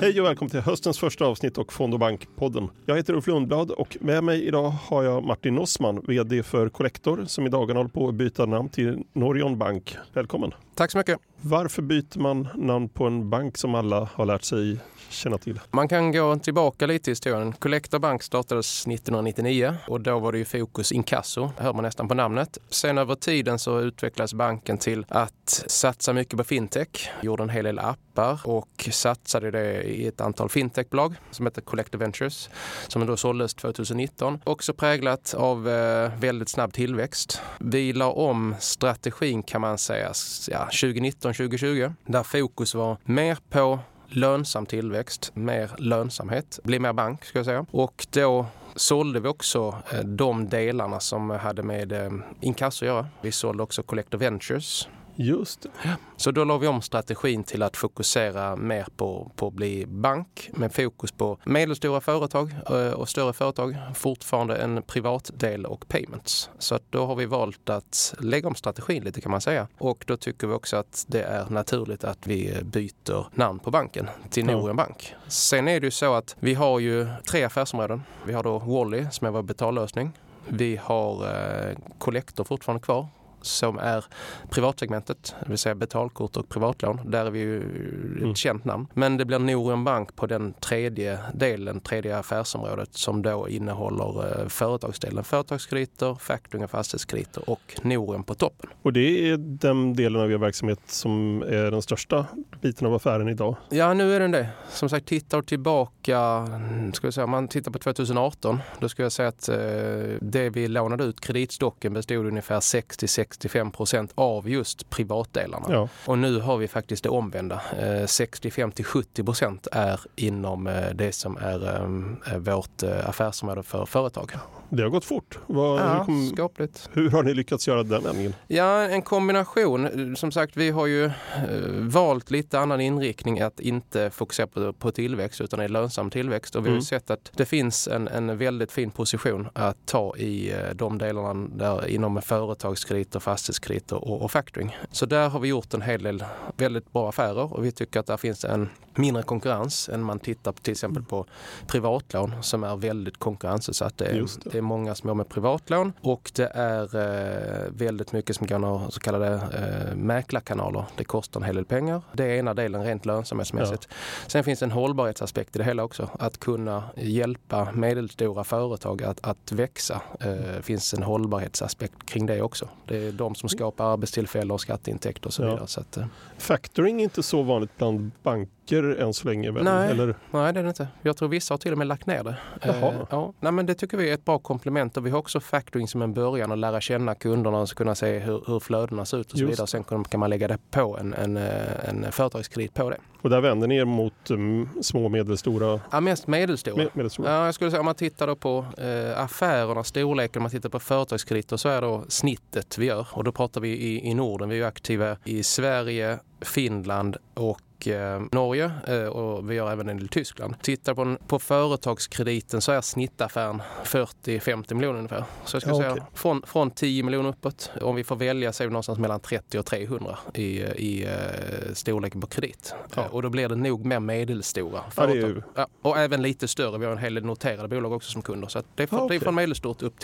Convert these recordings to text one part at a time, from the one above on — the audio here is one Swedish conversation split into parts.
Hej och välkommen till höstens första avsnitt och Fond- och bankpodden. Jag heter Ulf Lundblad och med mig idag har jag Martin Nossman, vd för Collector, som i dagarna håller på att byta namn till Norion Bank. Välkommen. Tack så mycket. Varför byter man namn på en bank som alla har lärt sig känna till? Man kan gå tillbaka lite i historien. Collector Bank startades 1999 och då var det ju fokus inkasso, hör man nästan på namnet. Sen över tiden så utvecklades banken till att satsa mycket på fintech, gjorde en hel del appar och satsade det i ett antal fintechbolag som heter Collector Ventures som då såldes 2019. Också präglat av väldigt snabb tillväxt. Vi la om strategin kan man säga 2019-2020 där fokus var mer på lönsam tillväxt, mer lönsamhet, bli mer bank ska jag säga. Och då sålde vi också de delarna som hade med inkasso att göra. Vi sålde också Collector Ventures. Just det. Så då la vi om strategin till att fokusera mer på att bli bank med fokus på medelstora företag och större företag. Fortfarande en privat del och payments. Så att då har vi valt att lägga om strategin lite kan man säga. Och då tycker vi också att det är naturligt att vi byter namn på banken till Norion Bank. Sen är det ju så att vi har ju 3 affärsområden. Vi har då Wally som är vår betallösning. Vi har Collector fortfarande kvar, som är privatsegmentet, det vill säga betalkort och privatlån. Där är vi ju ett känt namn. Men det blir Norion Bank på den tredje affärsområdet som då innehåller företagsdelen. Företagskrediter, factoring och fastighetskrediter och Norion på toppen. Och det är den delen av er verksamhet som är den största biten av affären idag? Ja, nu är den det. Som sagt, tittar tillbaka, om man tittar på 2018, då skulle jag säga att det vi lånade ut, kreditstocken bestod ungefär 60-65% av just privatdelarna. Ja. Och nu har vi faktiskt det omvända. 65-70% är inom det som är vårt affärsområde för företag. Det har gått fort. Skapligt. Hur har ni lyckats göra den ändringen? Ja, en kombination. Som sagt, vi har ju valt lite annan inriktning att inte fokusera på tillväxt utan i lönsam tillväxt. Och vi har ju sett att det finns en väldigt fin position att ta i de delarna där inom företagskrediter, fastighetskrediter och factoring. Så där har vi gjort en hel del väldigt bra affärer och vi tycker att det finns en mindre konkurrens än man tittar på till exempel på privatlån som är väldigt konkurrensutsatt. Det är många som jobbar med privatlån och det är väldigt mycket som går så kallade mäklarkanaler. Det kostar en hel del pengar. Det är ena delen rent lönsamhetsmässigt. Ja. Sen finns en hållbarhetsaspekt i det hela också. Att kunna hjälpa medelstora företag att växa. Finns en hållbarhetsaspekt kring det också. Det är de som skapar arbetstillfällen och skatteintäkter och så vidare. Så att, factoring är inte så vanligt bland banker än så länge väl? Nej, eller? Nej, det är det inte. Jag tror vissa har till och med lagt ner det. Ja. Nej, men det tycker vi är ett bra komplement och vi har också factoring som en början att lära känna kunderna och kunna se hur flödena ser ut och så vidare. Sen kan man lägga det på en företagskredit på det. Och där vänder ni er mot små och medelstora? Ja, mest medelstora. Ja, jag skulle säga om man tittar då på affärerna, storleken, om man tittar på företagskrediter så är då snittet vi gör. Och då pratar vi i Norden. Vi är ju aktiva i Sverige, Finland och Norge och vi gör även en del i Tyskland. Tittar på företagskrediten så är snittaffären 40-50 miljoner ungefär. Så jag skulle säga från 10 miljoner uppåt. Om vi får välja så är det någonstans mellan 30 och 300 i storleken på kredit. Ja. Och då blir det nog mer medelstora företag. Ja, och även lite större. Vi har en hel del noterade bolag också som kunder. Så att det är från medelstort upp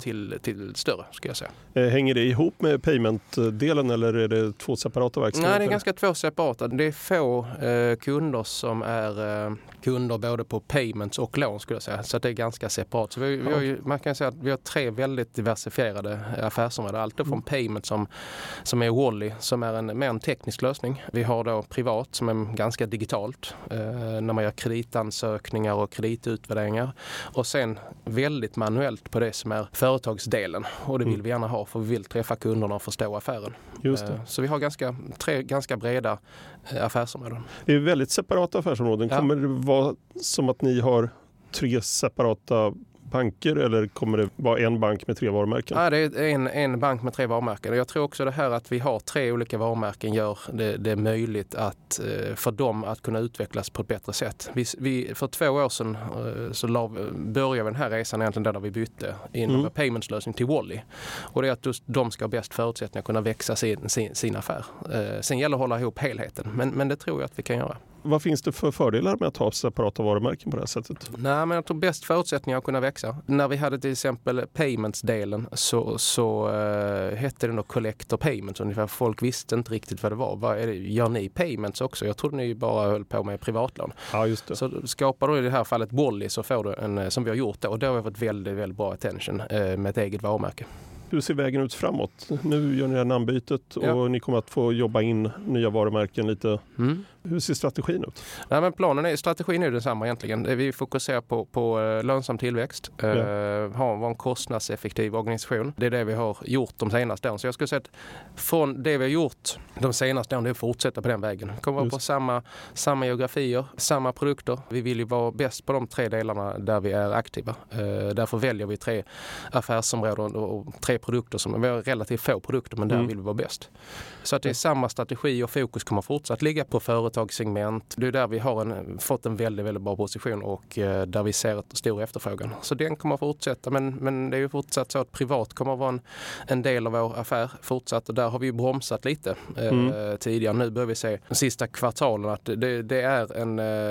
till större ska jag säga. Hänger det ihop med payment-delen eller är det 2 separata verksamheter? Nej, det är ganska 2 separata. Det är få kunder som är kunder både på payments och lån skulle jag säga. Så det är ganska separat. Så man kan säga att vi har 3 väldigt diversifierade affärsområden. Allt från payment som är Wally som är mer en teknisk lösning. Vi har då privat som är ganska digitalt när man gör kreditansökningar och kreditutvärderingar. Och sen väldigt manuellt på det som är företagsdelen. Och det vill vi gärna ha för vi vill träffa kunderna och förstå affären. Just det. Så vi har 3 ganska breda affärsområden. Det är väldigt separata affärsområden. Kommer det vara som att ni har 3 separata banker eller kommer det vara en bank med 3 varumärken? Ja, det är en bank med 3 varumärken. Jag tror också det här att vi har 3 olika varumärken gör det möjligt att för dem att kunna utvecklas på ett bättre sätt. Vi för 2 år sedan så började den här resan egentligen där vi bytte inom paymentslösning till Wally. Och det är att de ska ha bäst förutsättningar att kunna växa sin affär. Sen gäller att hålla ihop helheten. Men det tror jag att vi kan göra. Vad finns det för fördelar med att ha separata varumärken på det här sättet? Nej, men jag tror bäst förutsättningar att kunna växa. När vi hade till exempel payments-delen så hette det nog Collector Payments ungefär. Folk visste inte riktigt vad det var. Vad är det? Gör ni payments också? Jag trodde ni bara höll på med privatlån. Ja, just det. Så skapar du i det här fallet Wally så får du en, som vi har gjort det. Och då har vi fått väldigt, väldigt bra attention med ett eget varumärke. Hur ser vägen ut framåt? Nu gör ni det här namnbytet och ni kommer att få jobba in nya varumärken lite. Hur ser strategin ut? Nej, men strategin är densamma egentligen. Vi fokuserar på lönsam tillväxt, ha en kostnadseffektiv organisation. Det är det vi har gjort de senaste åren. Så jag skulle säga att från det vi har gjort de senaste åren, det är att fortsätta på den vägen. Kommer vara på samma geografier, samma produkter. Vi vill ju vara bäst på de 3 delarna där vi är aktiva. Därför väljer vi 3 affärsområden och 3 produkter som vi har relativt få produkter, men där vill vi vara bäst. Så att det är samma strategi och fokus kommer fortsatt ligga på företagssegment. Det är där vi har fått en väldigt, väldigt bra position och där vi ser ett stor efterfrågan. Så den kommer fortsätta, men det är ju fortsatt så att privat kommer att vara en del av vår affär fortsatt, och där har vi ju bromsat lite tidigare. Nu börjar vi se de sista kvartalen att det är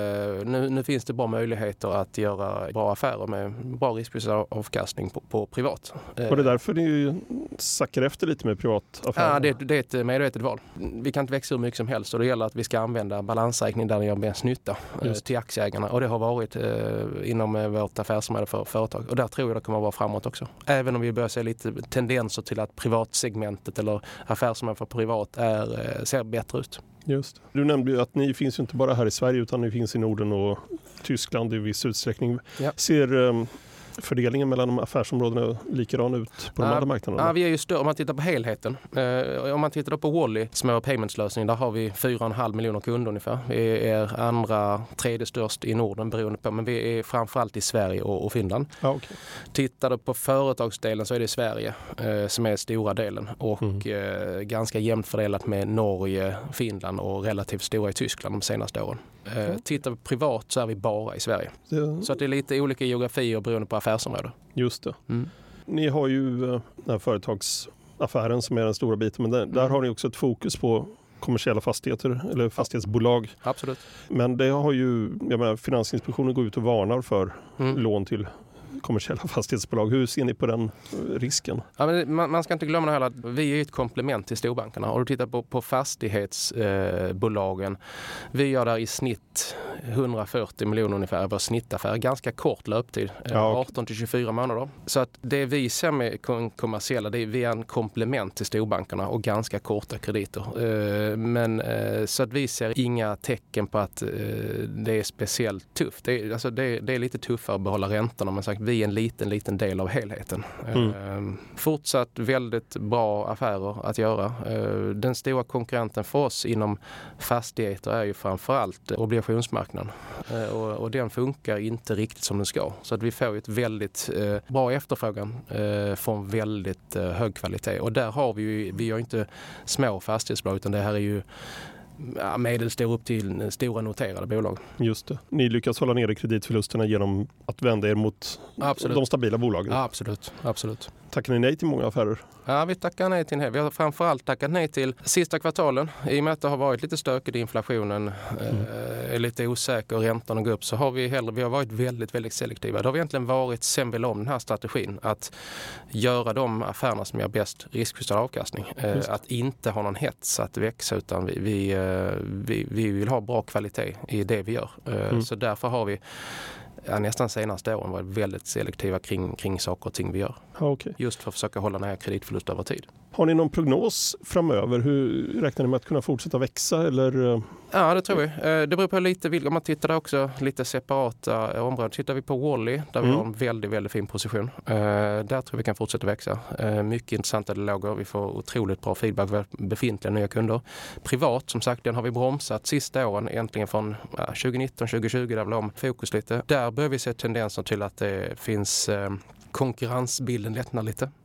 nu finns det bra möjligheter att göra bra affärer med bra riskavkastning på privat. Och det är därför ni sackar efter lite med privat affär? Ja, det är ett medvetet val. Vi kan inte växa hur mycket som helst, och det gäller att vi ska använda balansräkning där den gör mest nytta till aktieägarna, och det har varit inom vårt affärsområde för företag, och där tror jag det kommer att vara framåt också. Även om vi börjar se lite tendenser till att privatsegmentet eller affärsområdet för privat ser bättre ut. Just. Du nämnde ju att ni finns ju inte bara här i Sverige utan ni finns i Norden och Tyskland i viss utsträckning. Ja. Ser fördelningen mellan de affärsområdena likadan ut på de andra marknaderna? Ja, vi är ju större om man tittar på helheten. Om man tittar på Wally, som är paymentslösning, där har vi 4,5 miljoner kunder ungefär. Vi är tredje störst i Norden beroende på, men vi är framförallt i Sverige och Finland. Ja, okay. Tittar du på företagsdelen så är det Sverige som är stora delen och ganska jämnt fördelat med Norge, Finland och relativt stora i Tyskland de senaste åren. Tittar vi privat så är vi bara i Sverige. Så att det är lite olika geografier beroende på affärsområde. Just det. Ni har ju den här företagsaffären som är den stora biten, men där har ni också ett fokus på kommersiella fastigheter eller fastighetsbolag. Absolut. Men det har ju, Finansinspektionen går ut och varnar för lån till kommersiella fastighetsbolag. Hur ser ni på den risken? Ja, men man ska inte glömma det här att vi är ett komplement till storbankerna. Och du tittar på fastighetsbolagen. Vi gör där i snitt 140 miljoner ungefär över snittaffär. Ganska kort löptid. 18-24 månader. Så att det vi ser med kommersiella, det är vi är en komplement till storbankerna och ganska korta krediter. Så att vi ser inga tecken på att det är speciellt tufft. Det är lite tuffare att behålla räntorna, men sagt vi är en liten del av helheten. Fortsatt väldigt bra affärer att göra. Den stora konkurrenten för oss inom fastigheter är ju framförallt obligationsmarknaden. Och den funkar inte riktigt som den ska. Så att vi får ett väldigt bra efterfrågan från väldigt hög kvalitet. Och där har vi har inte små fastighetsbolag, utan det här är ju medelstor upp till stora noterade bolag. Just det. Ni lyckas hålla nere kreditförlusterna genom att vända er mot de stabila bolagen. Absolut. Tackar ni nej till många affärer? Ja, vi tackar nej till vi har framförallt tackat nej till sista kvartalen. I och med att det har varit lite stökigt, inflationen är lite osäker och räntorna går upp, så har vi har varit väldigt, väldigt selektiva. Det har egentligen varit sen vi la om den här strategin att göra de affärerna som ger bäst riskjustad avkastning. Att inte ha någon hets att växa, utan vi vill ha bra kvalitet i det vi gör. Så därför har vi nästan senaste åren varit väldigt selektiva kring saker och ting vi gör. Okay. Just för att försöka hålla den här kreditförlust över tid. Har ni någon prognos framöver? Hur räknar ni med att kunna fortsätta växa? Eller? Ja, det tror vi. Det beror på lite, om man tittar där också lite separata områden. Tittar vi på Wally, där vi har en väldigt, väldigt fin position. Där tror vi kan fortsätta växa. Mycket intressanta dialoger. Vi får otroligt bra feedback för befintliga nya kunder. Privat, som sagt, den har vi bromsat sista åren, egentligen från 2019-2020, där vi la om fokus lite. Där börjar vi se tendenser till att det finns konkurrensbilden lättnar lite.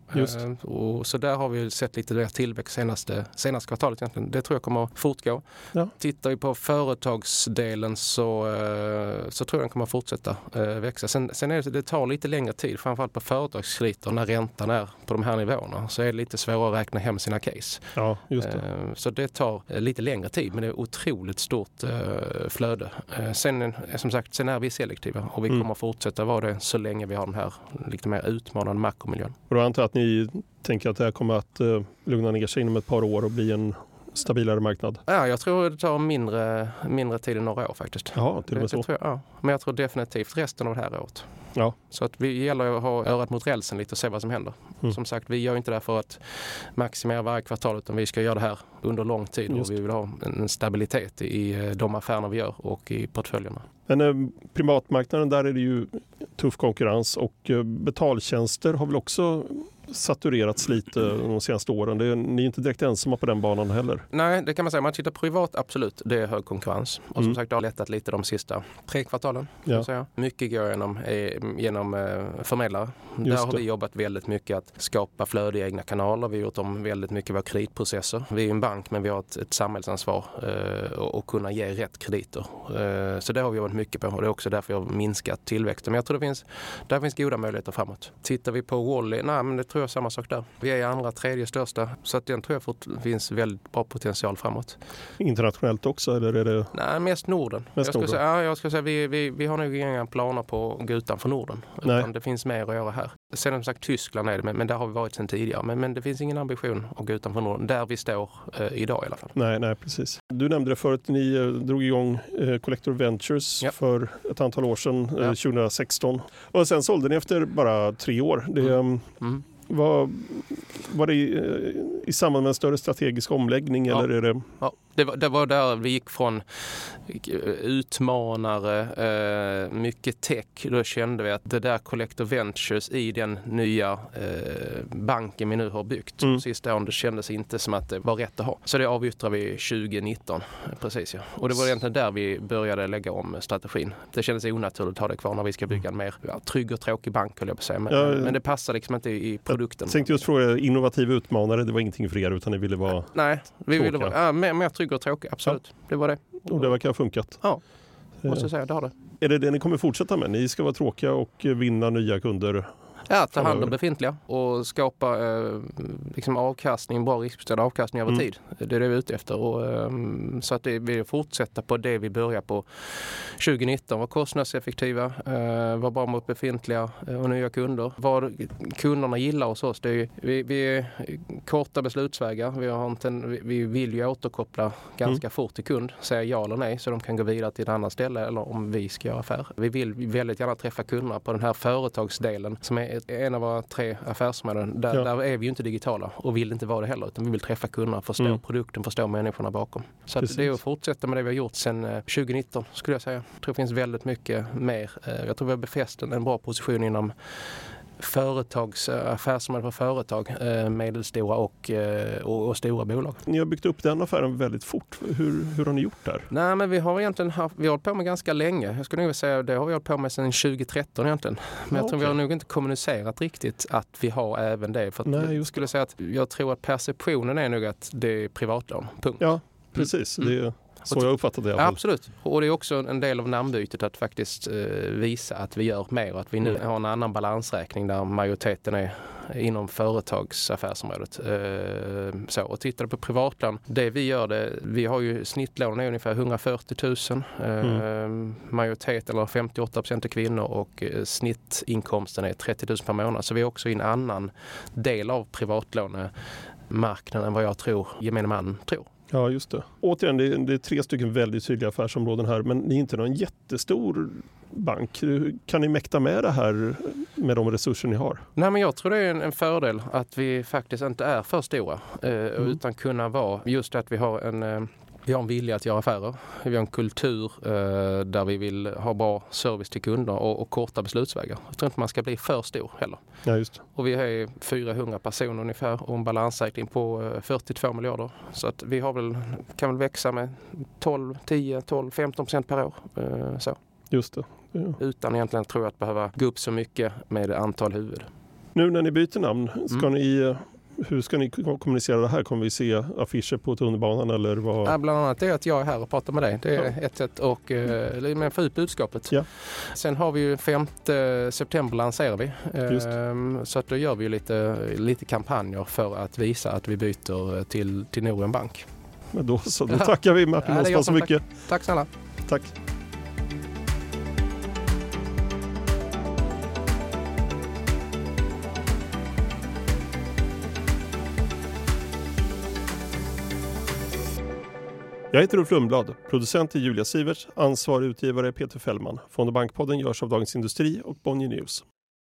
Just. Och så där har vi sett lite mer tillväxt senaste kvartalet egentligen. Det tror jag kommer att fortgå. Ja. Tittar vi på företagsdelen så tror jag den kommer att fortsätta växa. Sen är det tar lite längre tid, framförallt på företagskrediter när räntan är på de här nivåerna. Så är det lite svårare att räkna hem sina case. Ja, just det. Så det tar lite längre tid, men det är otroligt stort flöde. Sen är vi selektiva och vi kommer att fortsätta vara det så länge vi har den här lite mer utmanande makromiljön. Och då antar jag att ni tänker att det här kommer att lugna ner sig inom ett par år och bli en stabilare marknad? Ja, jag tror det tar mindre tid än några år faktiskt. Ja, till och med så. Tror jag, ja. Men jag tror definitivt resten av det här året. Ja. Så att vi gäller att ha örat mot rälsen lite och se vad som händer. Som sagt, vi gör inte det här för att maximera varje kvartal, utan vi ska göra det här under lång tid. Och vi vill ha en stabilitet i de affärerna vi gör och i portföljerna. Men privatmarknaden, där är det ju tuff konkurrens och betaltjänster har väl också saturerats lite de senaste åren. Ni är inte direkt ensamma på den banan heller. Nej, det kan man säga. Man tittar privat, absolut. Det är hög konkurrens. Och som sagt, det har lättat lite de sista 3 kvartalen. Ja. Säga. Mycket går genom förmedlare. Där har vi jobbat väldigt mycket att skapa flöde i egna kanaler. Vi har gjort om väldigt mycket av våra kreditprocesser. Vi är en bank, men vi har ett samhällsansvar och kunna ge rätt krediter. Så det har vi jobbat mycket på och det är också därför vi har minskat tillväxten. Men jag tror där finns goda möjligheter framåt. Tittar vi på Wally, men det tror jag samma sak där. Vi är andra, 3:e största, så att den tror jag finns väldigt bra potential framåt. Internationellt också, eller är det? Nej, mest Norden. Jag ska säga vi har nog inga planer på att gå utanför Norden. Utan det finns mer att göra här. Sen som sagt Tyskland är det, men där har vi varit sedan tidigare. Men det finns ingen ambition att gå utanför Norden, där vi står idag i alla fall. Nej, precis. Du nämnde det förut, ni drog igång Collector Ventures för ett antal år sedan, 2016. Och sen sålde ni efter bara 3 år. Var det i samband med en större strategisk omläggning? Eller är det... Ja, det var där vi gick från utmanare, mycket tech. Då kände vi att det där Collector Ventures i den nya banken vi nu har byggt sista åren, det kändes inte som att det var rätt att ha. Så det avyttrade vi 2019, precis ja. Och det var egentligen där vi började lägga om strategin. Det kändes onaturligt att ha det kvar när vi ska bygga en mer trygg och tråkig bank, höll jag på att säga. Men det passar liksom inte i produkten. Jag tänkte just fråga, innovativ utmanare, det var ingenting för er utan ni ville vara vi ville vara mer trygg och tråkig, absolut. Det var det. Och det verkar ha funkat. Ja, måste jag säga, det har det. Är det ni kommer fortsätta med? Ni ska vara tråkiga och vinna nya kunder? Ja, ta hand om befintliga och skapa avkastning, bra riskbestämd avkastning över tid. Det är det vi är ute efter. Och, så att vi fortsätter på det vi börjar på 2019. Var kostnadseffektiva, var bra mot befintliga och nya kunder. Vad kunderna gillar hos oss, det är vi är korta beslutsvägar. Vi vill ju återkoppla ganska fort till kund, säga ja eller nej så de kan gå vidare till ett annat ställe eller om vi ska göra affär. Vi vill väldigt gärna träffa kunderna på den här företagsdelen som är en av våra 3 affärsområden. Där är vi ju inte digitala och vill inte vara det heller, utan vi vill träffa kunderna, förstå produkten, förstå människorna bakom. Så att det är att fortsätta med det vi har gjort sedan 2019 skulle jag säga. Jag tror det finns väldigt mycket mer. Jag tror vi har befäst en bra position inom affärsområden för företag, medelstora och stora bolag. Ni har byggt upp den affären väldigt fort. Hur har ni gjort där? Nej, men vi har egentligen hållit på med ganska länge. Jag skulle nog säga det har vi hållit på med sedan 2013 egentligen. Men jag tror vi har nog inte kommunicerat riktigt att vi har även det. För jag skulle säga att jag tror att perceptionen är nog att det är privatlån. Punkt. Ja, precis. Det är så jag uppfattade det. Ja, absolut. Och det är också en del av namnbytet att faktiskt visa att vi gör mer och att vi nu har en annan balansräkning där majoriteten är inom företagsaffärsområdet. Och tittar du på privatlån, det vi gör vi har ju snittlån är ungefär 140 000. Majoritet eller 58% är kvinnor och snittinkomsten är 30 000 per månad. Så vi är också i en annan del av privatlånemarknaden än vad jag tror gemene man tror. Ja, just det. Återigen, det är 3 stycken väldigt tydliga affärsområden här, men ni är inte någon jättestor bank. Kan ni mäkta med det här med de resurser ni har? Nej, men jag tror det är en fördel att vi faktiskt inte är för stora utan kunna vara just att vi har en vilja att göra affärer. Vi har en kultur där vi vill ha bra service till kunder och korta beslutsvägar. Jag tror inte man ska bli för stor heller. Ja, just. Och vi har 400 personer ungefär och en balansräkning på 42 miljarder. Så att vi kan väl växa med 10-15% per år. Så. Just det. Ja. Utan egentligen tror jag att behöva gå upp så mycket med antal huvud. Nu när ni byter namn, hur ska ni kommunicera det här? Kommer vi se affischer på tunnelbanan eller vad? Ja, bland annat det att jag är här och pratar med dig. Det är ett sätt och men få ut budskapet. Ja. Sen har vi ju 5 september lanserar vi. Så att då gör vi lite kampanjer för att visa att vi byter till Norion Bank. Men då tackar vi Martin Osvald så mycket. Tack snälla. Tack. Jag heter Ulf Lundblad, producent är Julia Siverts, ansvarig utgivare Peter Fällman. Fond- och bankpodden görs av Dagens Industri och Bonnier News.